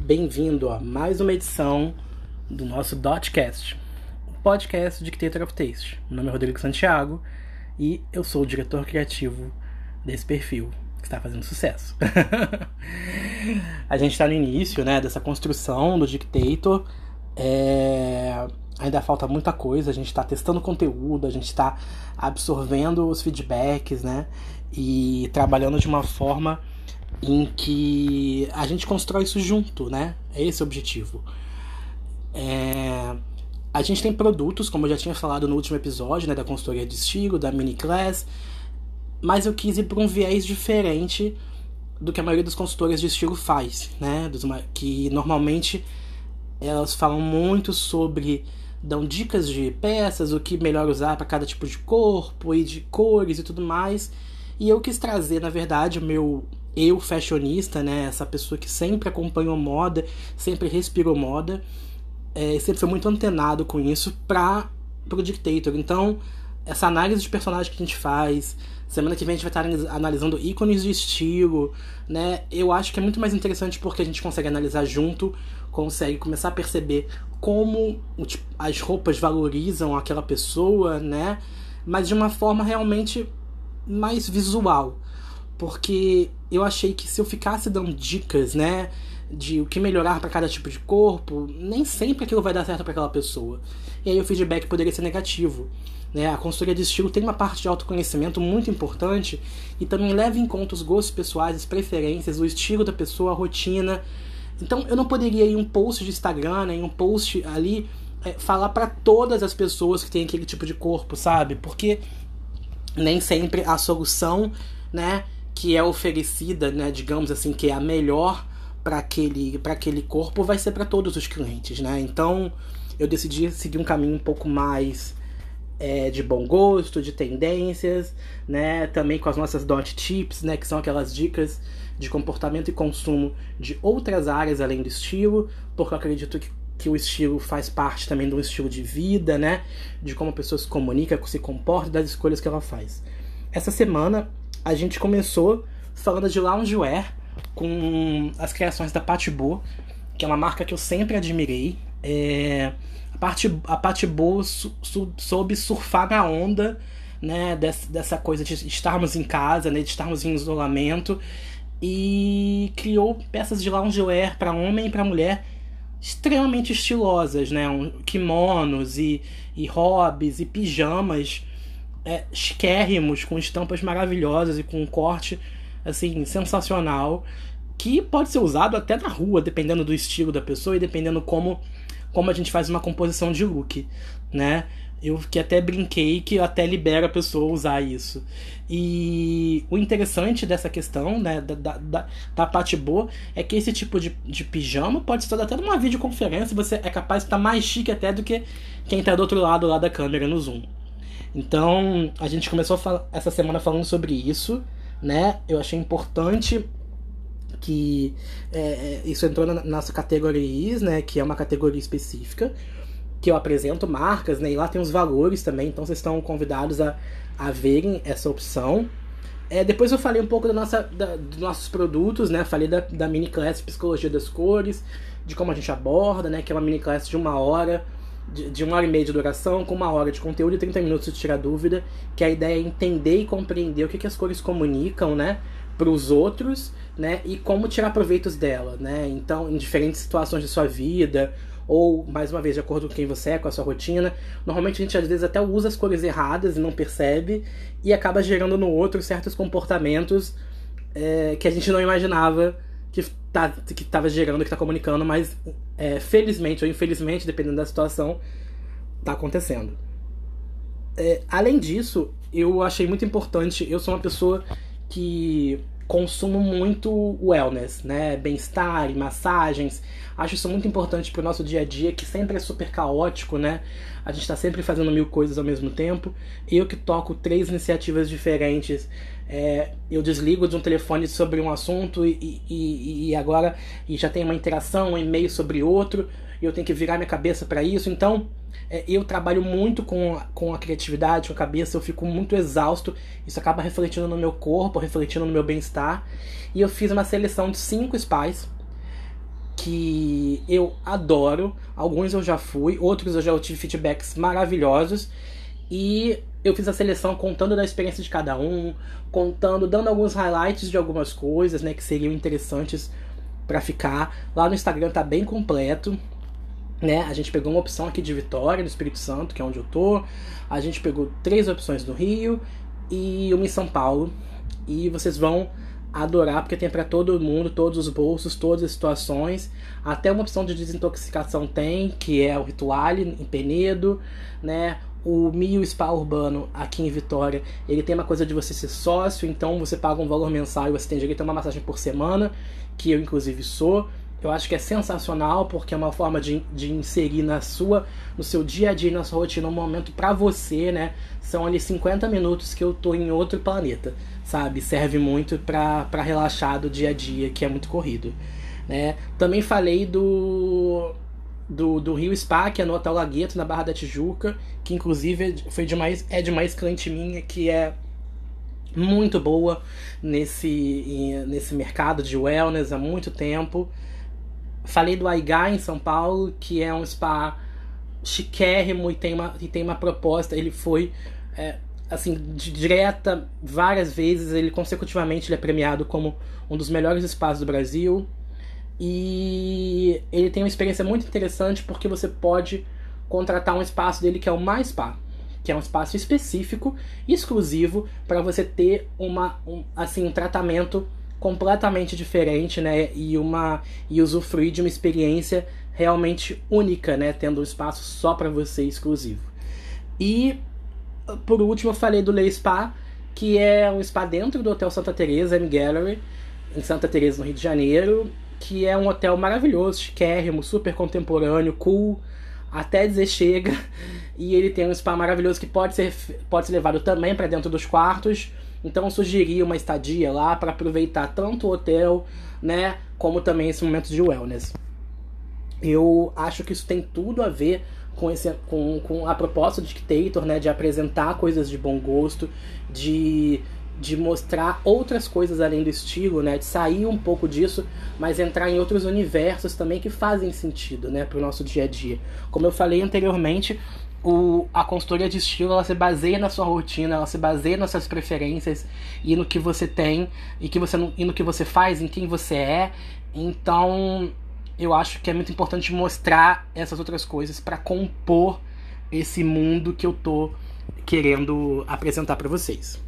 bem-vindo a mais uma edição do nosso Dotcast, o podcast Dictator of Taste. Meu nome é Rodrigo Santiago e eu sou o diretor criativo desse perfil, que está fazendo sucesso. A gente está no início, dessa construção do Dictator. Ainda falta muita coisa, a gente está testando conteúdo, a gente está absorvendo os feedbacks, e trabalhando de uma forma em que a gente constrói isso junto, É esse o objetivo. A gente tem produtos, como eu já tinha falado no último episódio, da consultoria de estilo, da mini class, mas eu quis ir para um viés diferente do que a maioria das consultoras de estilo faz, que normalmente elas falam muito sobre, dão dicas de peças, o que melhor usar para cada tipo de corpo e de cores e tudo mais. E eu quis trazer, na verdade, o meu eu fashionista, essa pessoa que sempre acompanhou moda, sempre respirou moda, sempre foi muito antenado com isso pro Dictator. Então, essa análise de personagem que a gente faz, semana que vem a gente vai estar analisando ícones de estilo, eu acho que é muito mais interessante porque a gente consegue analisar junto, consegue começar a perceber como as roupas valorizam aquela pessoa, mas de uma forma realmente mais visual. Porque eu achei que se eu ficasse dando dicas, de o que melhorar para cada tipo de corpo, nem sempre aquilo vai dar certo para aquela pessoa. E aí o feedback poderia ser negativo. A consultoria de estilo tem uma parte de autoconhecimento muito importante e também leva em conta os gostos pessoais, as preferências, o estilo da pessoa, a rotina. Então eu não poderia ir em um post de Instagram, em um post ali, falar para todas as pessoas que têm aquele tipo de corpo, sabe? Porque nem sempre a solução, que é oferecida, digamos assim, que é a melhor para aquele corpo, vai ser para todos os clientes, Então eu decidi seguir um caminho um pouco mais de bom gosto, de tendências, também com as nossas dot tips, que são aquelas dicas de comportamento e consumo de outras áreas além do estilo, porque eu acredito que o estilo faz parte também de um estilo de vida, de como a pessoa se comunica, se comporta, das escolhas que ela faz. Essa semana a gente começou falando de loungewear com as criações da Patibô, que é uma marca que eu sempre admirei. A Patibô soube surfar na onda, dessa coisa de estarmos em casa, de estarmos em isolamento, e criou peças de loungewear para homem e para mulher extremamente estilosas, kimonos e hobbies e pijamas chiquérrimos, com estampas maravilhosas e com um corte assim, sensacional, que pode ser usado até na rua, dependendo do estilo da pessoa e dependendo como a gente faz uma composição de look, Eu que até brinquei que até libera a pessoa usar isso. E o interessante dessa questão, da Patibô, é que esse tipo de pijama pode ser até numa videoconferência, você é capaz de estar mais chique até do que quem está do outro lado lá da câmera no Zoom. Então, a gente começou essa semana falando sobre isso, Eu achei importante que isso entrou na nossa categoria, que é uma categoria específica, que eu apresento marcas, e lá tem os valores também, então vocês estão convidados a verem essa opção. Depois eu falei um pouco dos nossos produtos, falei da mini class Psicologia das Cores, de como a gente aborda, que é uma mini class de 1 hora, de 1h30 de duração, com 1 hora de conteúdo e 30 minutos de tirar dúvida, que a ideia é entender e compreender o que as cores comunicam, para os outros, e como tirar proveitos dela, Então, em diferentes situações de sua vida, ou, mais uma vez, de acordo com quem você é, com a sua rotina. Normalmente a gente, às vezes, até usa as cores erradas e não percebe, e acaba gerando no outro certos comportamentos que a gente não imaginava que estava gerando, que está comunicando, mas felizmente ou infelizmente, dependendo da situação, está acontecendo. Além disso, eu achei muito importante, eu sou uma pessoa que consumo muito wellness, bem-estar e massagens. Acho isso muito importante pro nosso dia a dia, que sempre é super caótico, A gente tá sempre fazendo 1000 coisas ao mesmo tempo. Eu que toco 3 iniciativas diferentes, eu desligo de um telefone sobre um assunto e agora já tem uma interação, um e-mail sobre outro, e eu tenho que virar minha cabeça para isso. Então, eu trabalho muito com a criatividade, com a cabeça, eu fico muito exausto, isso acaba refletindo no meu corpo, refletindo no meu bem-estar, e eu fiz uma seleção de 5 spas que eu adoro. Alguns eu já fui, outros eu já tive feedbacks maravilhosos. E eu fiz a seleção contando da experiência de cada um, dando alguns highlights de algumas coisas, né, que seriam interessantes pra ficar. Lá no Instagram tá bem completo, né? A gente pegou uma opção aqui de Vitória, no Espírito Santo, que é onde eu tô. A gente pegou 3 opções no Rio e uma em São Paulo. E vocês vão adorar, porque tem pra todo mundo, todos os bolsos, todas as situações. Até uma opção de desintoxicação tem, que é o Rituale, em Penedo, né? O Mio Spa Urbano, aqui em Vitória, ele tem uma coisa de você ser sócio, então você paga um valor mensal e você tem direito a uma massagem por semana, que eu inclusive sou. Eu acho que é sensacional, porque é uma forma de inserir no seu dia a dia, na sua rotina, um momento pra você, né? São ali 50 minutos que eu tô em outro planeta, sabe? Serve muito pra relaxar do dia a dia, que é muito corrido, né? Também falei do Rio Spa, que é no Hotel Lagueto, na Barra da Tijuca, que inclusive é de uma ex-cliente minha, que é muito boa nesse mercado de wellness há muito tempo. Falei do Aigai, em São Paulo, que é um spa chiquérrimo e tem uma proposta. Ele foi assim, direta várias vezes. Ele consecutivamente ele é premiado como um dos melhores spas do Brasil. E ele tem uma experiência muito interessante, porque você pode contratar um espaço dele que é o My Spa, que é um espaço específico, exclusivo, para você ter um tratamento completamente diferente, né? E usufruir de uma experiência realmente única, né? Tendo um espaço só para você, exclusivo. E por último eu falei do Le Spa, que é um spa dentro do Hotel Santa Teresa M Gallery, em Santa Teresa, no Rio de Janeiro, que é um hotel maravilhoso, chiquérrimo, super contemporâneo, cool, até dizer chega. E ele tem um spa maravilhoso que pode ser levado também para dentro dos quartos. Então eu sugeri uma estadia lá para aproveitar tanto o hotel, né, como também esse momento de wellness. Eu acho que isso tem tudo a ver com a proposta do Dictator, né, de apresentar coisas de bom gosto, de mostrar outras coisas além do estilo, né, de sair um pouco disso, mas entrar em outros universos também que fazem sentido, né, para o nosso dia a dia. Como eu falei anteriormente, a consultoria de estilo, ela se baseia na sua rotina, ela se baseia nas suas preferências e no que você tem e no que você faz, em quem você é. Então eu acho que é muito importante mostrar essas outras coisas para compor esse mundo que eu tô querendo apresentar para vocês.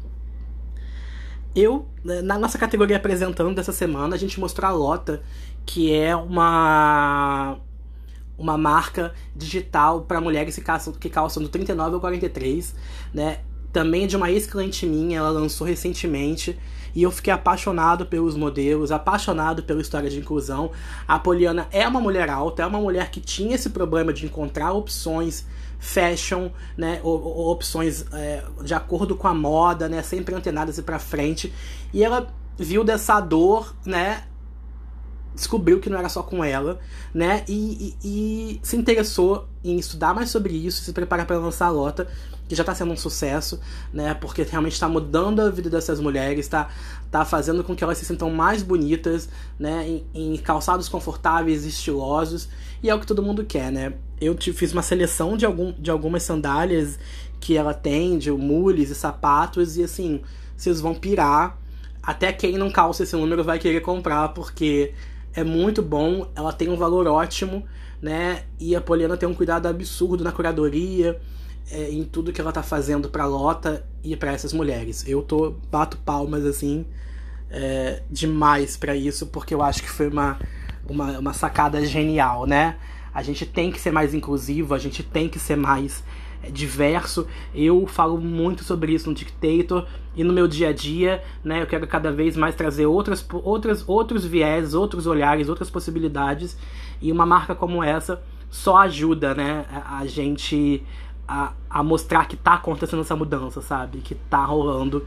Na nossa categoria apresentando dessa semana, a gente mostrou a Lota, que é uma marca digital para mulheres que calçam do 39 ao 43, né? Também de uma ex-cliente minha, ela lançou recentemente, e eu fiquei apaixonado pelos modelos, apaixonado pela história de inclusão. A Poliana é uma mulher alta, é uma mulher que tinha esse problema de encontrar opções fashion, né, ou opções de acordo com a moda, né, sempre antenadas e pra frente, e ela viu dessa dor, né, descobriu que não era só com ela, né, e se interessou em estudar mais sobre isso, se preparar para lançar a Lota, que já está sendo um sucesso, né, porque realmente está mudando a vida dessas mulheres, está fazendo com que elas se sintam mais bonitas, né, em calçados confortáveis e estilosos, e é o que todo mundo quer, né. Eu fiz uma seleção de algumas sandálias que ela tem, de mules e sapatos, e assim, vocês vão pirar. Até quem não calça esse número vai querer comprar, porque é muito bom, ela tem um valor ótimo, né? E a Poliana tem um cuidado absurdo na curadoria, em tudo que ela tá fazendo pra Lota e pra essas mulheres. Eu bato palmas, assim, demais pra isso, porque eu acho que foi uma sacada genial, né? A gente tem que ser mais inclusivo, a gente tem que ser mais diverso. Eu falo muito sobre isso no Dictator e no meu dia a dia, né? Eu quero cada vez mais trazer outros viés, outros olhares, outras possibilidades, e uma marca como essa só ajuda, né, a gente a mostrar que tá acontecendo essa mudança, sabe? Que tá rolando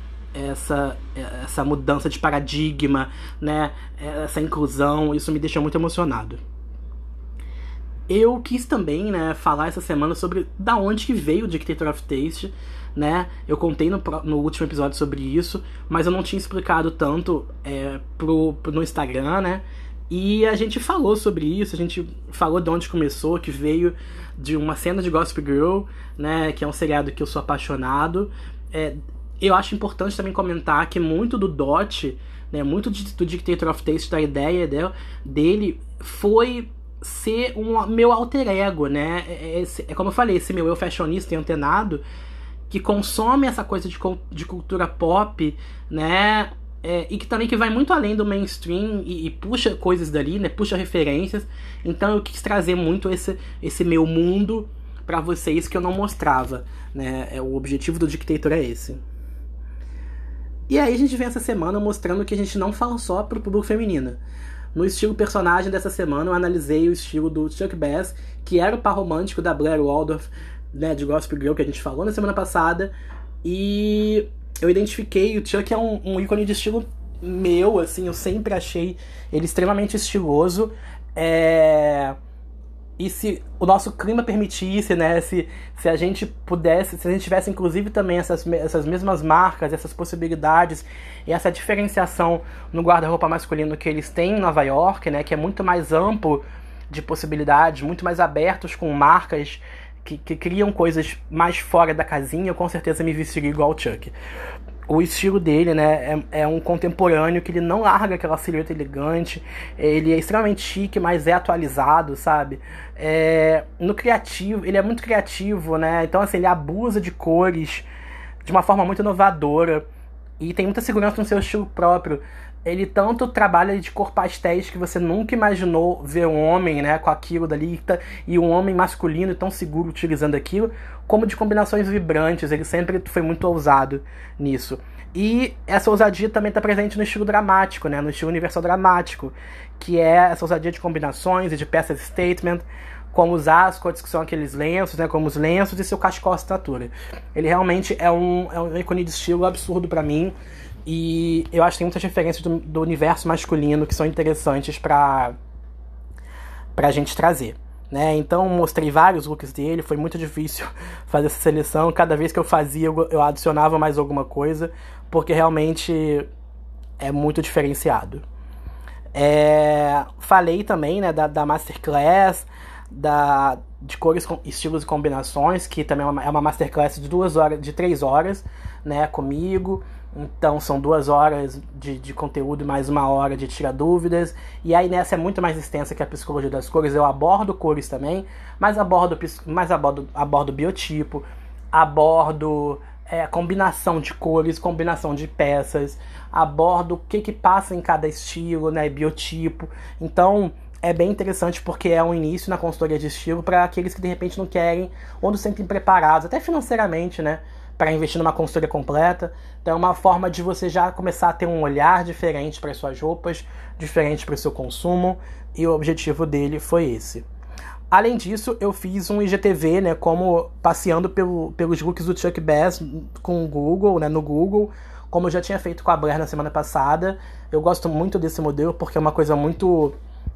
essa mudança de paradigma, né? Essa inclusão. Isso me deixa muito emocionado. Eu quis também, né, falar essa semana sobre da onde que veio o Dictator of Taste, né? Eu contei no último episódio sobre isso, mas eu não tinha explicado tanto no Instagram, né? E a gente falou sobre isso, a gente falou de onde começou, que veio de uma cena de Gossip Girl, né, que é um seriado que eu sou apaixonado. Eu acho importante também comentar que muito do Dot, né, muito do Dictator of Taste, da ideia dele, foi ser um meu alter ego, né? É como eu falei, esse meu eu fashionista e antenado, que consome essa coisa de cultura pop, né? E que também que vai muito além do mainstream e puxa coisas dali, né? Puxa referências. Então eu quis trazer muito esse meu mundo pra vocês que eu não mostrava, né? O objetivo do Dictator é esse. E aí a gente vem essa semana mostrando que a gente não fala só pro público feminino. No estilo personagem dessa semana eu analisei o estilo do Chuck Bass, que era o par romântico da Blair Waldorf, né, de Gossip Girl, que a gente falou na semana passada. E eu identifiquei, o Chuck é um ícone de estilo meu, assim, eu sempre achei ele extremamente estiloso. E se o nosso clima permitisse, né, se a gente pudesse, se a gente tivesse inclusive também essas mesmas marcas, essas possibilidades e essa diferenciação no guarda-roupa masculino que eles têm em Nova York, né, que é muito mais amplo de possibilidades, muito mais abertos com marcas que criam coisas mais fora da casinha, eu com certeza me vestiria igual o Chuck. O estilo dele, né, é um contemporâneo que ele não larga aquela silhueta elegante, ele é extremamente chique, mas é atualizado, sabe? No criativo, ele é muito criativo, né? Então, assim, ele abusa de cores de uma forma muito inovadora e tem muita segurança no seu estilo próprio. Ele tanto trabalha de cor pastéis que você nunca imaginou ver um homem, né, com aquilo dali, e um homem masculino tão seguro utilizando aquilo, como de combinações vibrantes. Ele sempre foi muito ousado nisso. E essa ousadia também está presente no estilo dramático, né, no estilo universal dramático, que é essa ousadia de combinações e de peças statement, como os ascots, que são aqueles lenços, né, como os lenços, e seu cachecol assinatura. Ele realmente é um ícone de estilo absurdo para mim. E eu acho que tem muitas referências do universo masculino que são interessantes pra gente trazer, né? Então mostrei vários looks dele, foi muito difícil fazer essa seleção. Cada vez que eu fazia, eu adicionava mais alguma coisa, porque realmente é muito diferenciado. Falei também, né, da Masterclass, de cores, estilos e combinações, que também é uma Masterclass de 3 horas, né, comigo. Então são 2 horas de conteúdo e mais 1 hora de tirar dúvidas. E aí nessa é muito mais extensa que a psicologia das cores. Eu abordo cores também, mas abordo biotipo, abordo combinação de cores, combinação de peças, abordo o que passa em cada estilo, né, biotipo. Então é bem interessante porque é um início na consultoria de estilo para aqueles que de repente não querem ou não se sentem preparados, até financeiramente, né, para investir numa consultoria completa. Então é uma forma de você já começar a ter um olhar diferente para as suas roupas, diferente para o seu consumo, e o objetivo dele foi esse. Além disso, eu fiz um IGTV, né, como passeando pelos looks do Chuck Bass com o Google, né, no Google, como eu já tinha feito com a Blair na semana passada. Eu gosto muito desse modelo porque é uma coisa muito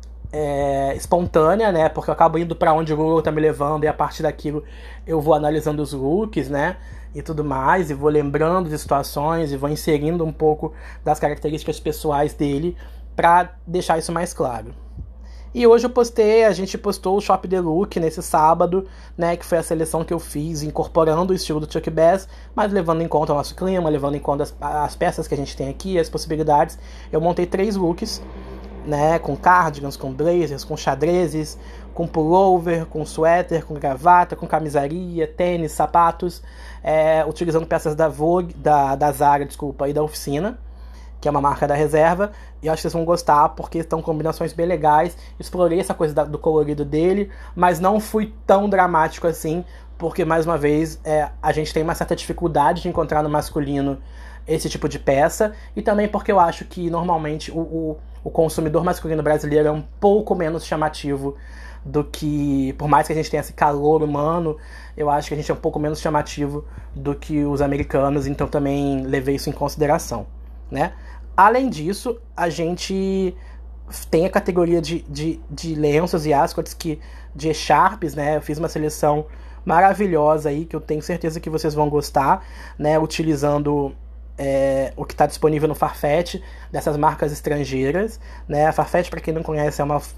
espontânea, né, porque eu acabo indo para onde o Google tá me levando e a partir daquilo eu vou analisando os looks, né, e tudo mais, e vou lembrando de situações e vou inserindo um pouco das características pessoais dele para deixar isso mais claro. E hoje a gente postou o Shop The Look nesse sábado, né, que foi a seleção que eu fiz, incorporando o estilo do Chuck Bass, mas levando em conta o nosso clima, levando em conta as peças que a gente tem aqui, as possibilidades. Eu montei 3 looks, né, com cardigans, com blazers, com xadrezes, com pullover, com suéter, com gravata, com camisaria, tênis, sapatos, utilizando peças da Vogue, da Zara, desculpa, e da Oficina, que é uma marca da reserva, e eu acho que vocês vão gostar, porque estão combinações bem legais. Explorei essa coisa do colorido dele, mas não fui tão dramático assim, porque, mais uma vez, a gente tem uma certa dificuldade de encontrar no masculino esse tipo de peça, e também porque eu acho que, normalmente, o consumidor masculino brasileiro é um pouco menos chamativo do que, por mais que a gente tenha esse calor humano, eu acho que a gente é um pouco menos chamativo do que os americanos, então também levei isso em consideração, né? Além disso, a gente tem a categoria de lenços e ascots, de echarpes, né? Eu fiz uma seleção maravilhosa aí, que eu tenho certeza que vocês vão gostar, né? Utilizando o que está disponível no Farfetch, dessas marcas estrangeiras, né? A Farfetch, para quem não conhece,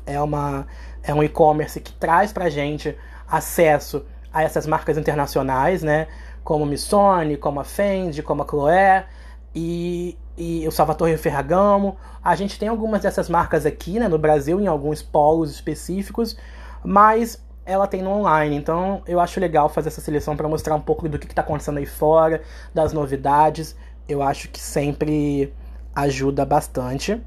é um e-commerce que traz pra gente acesso a essas marcas internacionais, né? Como Missoni, como a Fendi, como a Chloé e o Salvatore Ferragamo. A gente tem algumas dessas marcas aqui, né, no Brasil, em alguns polos específicos, mas ela tem no online, então eu acho legal fazer essa seleção para mostrar um pouco do que está acontecendo aí fora, das novidades. Eu acho que sempre ajuda bastante,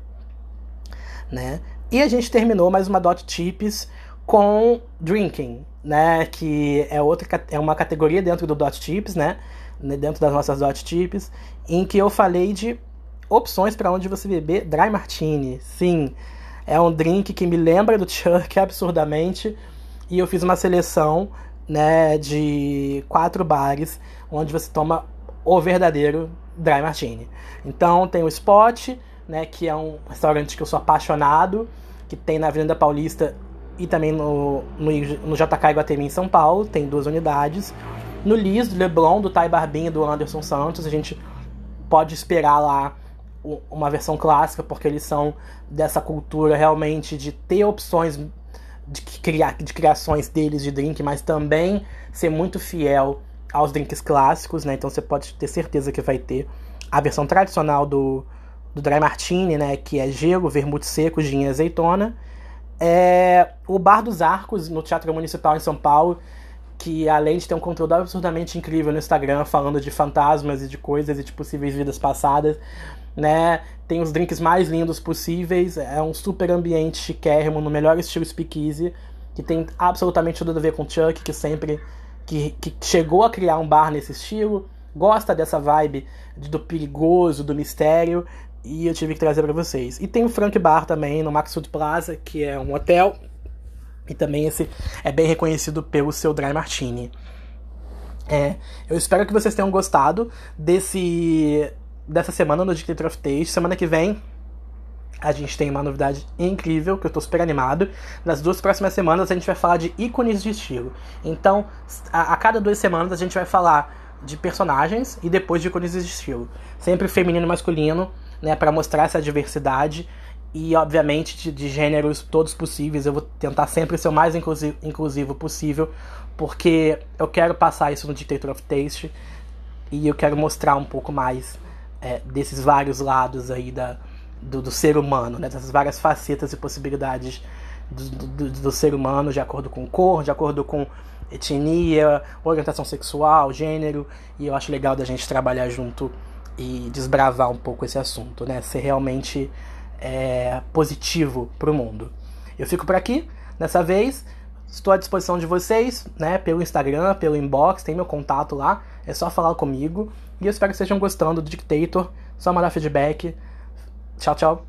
né? E a gente terminou mais uma Dot Tips com Drinking, né? Que é uma categoria dentro do Dot Tips, né? Dentro das nossas Dot Tips, em que eu falei de opções para onde você beber Dry Martini. Sim, é um drink que me lembra do Chuck absurdamente, e eu fiz uma seleção, né, de 4 bares onde você toma o verdadeiro Dry Martini. Então tem o Spot, né, que é um restaurante que eu sou apaixonado, que tem na Avenida Paulista e também no JK Iguatemi em São Paulo, tem 2 unidades. No Liz, do Leblon, do Thay Barbinha e do Anderson Santos, a gente pode esperar lá uma versão clássica, porque eles são dessa cultura realmente de ter opções de criações deles de drink, mas também ser muito fiel aos drinks clássicos, né? Então você pode ter certeza que vai ter a versão tradicional do Dry Martini, né? Que é gelo, vermute seco, gin e azeitona. O Bar dos Arcos, no Teatro Municipal em São Paulo, que além de ter um conteúdo absurdamente incrível no Instagram, falando de fantasmas e de coisas e de possíveis vidas passadas, né? Tem os drinks mais lindos possíveis, é um super ambiente chiquérrimo, no melhor estilo speakeasy, que tem absolutamente tudo a ver com Chuck, que chegou a criar um bar nesse estilo, gosta dessa vibe do perigoso, do mistério, e eu tive que trazer para vocês. E tem o Frank Bar também, no Maxud Plaza, que é um hotel, e também esse é bem reconhecido pelo seu Dry Martini. Eu espero que vocês tenham gostado dessa semana no Dictator of Taste. Semana que vem a gente tem uma novidade incrível, que eu tô super animado. Nas 2 próximas semanas a gente vai falar de ícones de estilo. Então, a cada 2 semanas a gente vai falar de personagens e depois de ícones de estilo. Sempre feminino e masculino, né, pra mostrar essa diversidade. E, obviamente, de gêneros todos possíveis. Eu vou tentar sempre ser o mais inclusivo possível, porque eu quero passar isso no Dictator of Taste. E eu quero mostrar um pouco mais desses vários lados aí do ser humano, né? Dessas várias facetas e possibilidades do ser humano, de acordo com cor, de acordo com etnia, orientação sexual, gênero. E eu acho legal da gente trabalhar junto e desbravar um pouco esse assunto, né? Ser realmente positivo pro mundo. Eu fico por aqui, dessa vez. Estou à disposição de vocês, né? Pelo Instagram, pelo inbox, tem meu contato lá. É só falar comigo. E eu espero que estejam gostando do Dictator. Só mandar feedback. Tchau, tchau.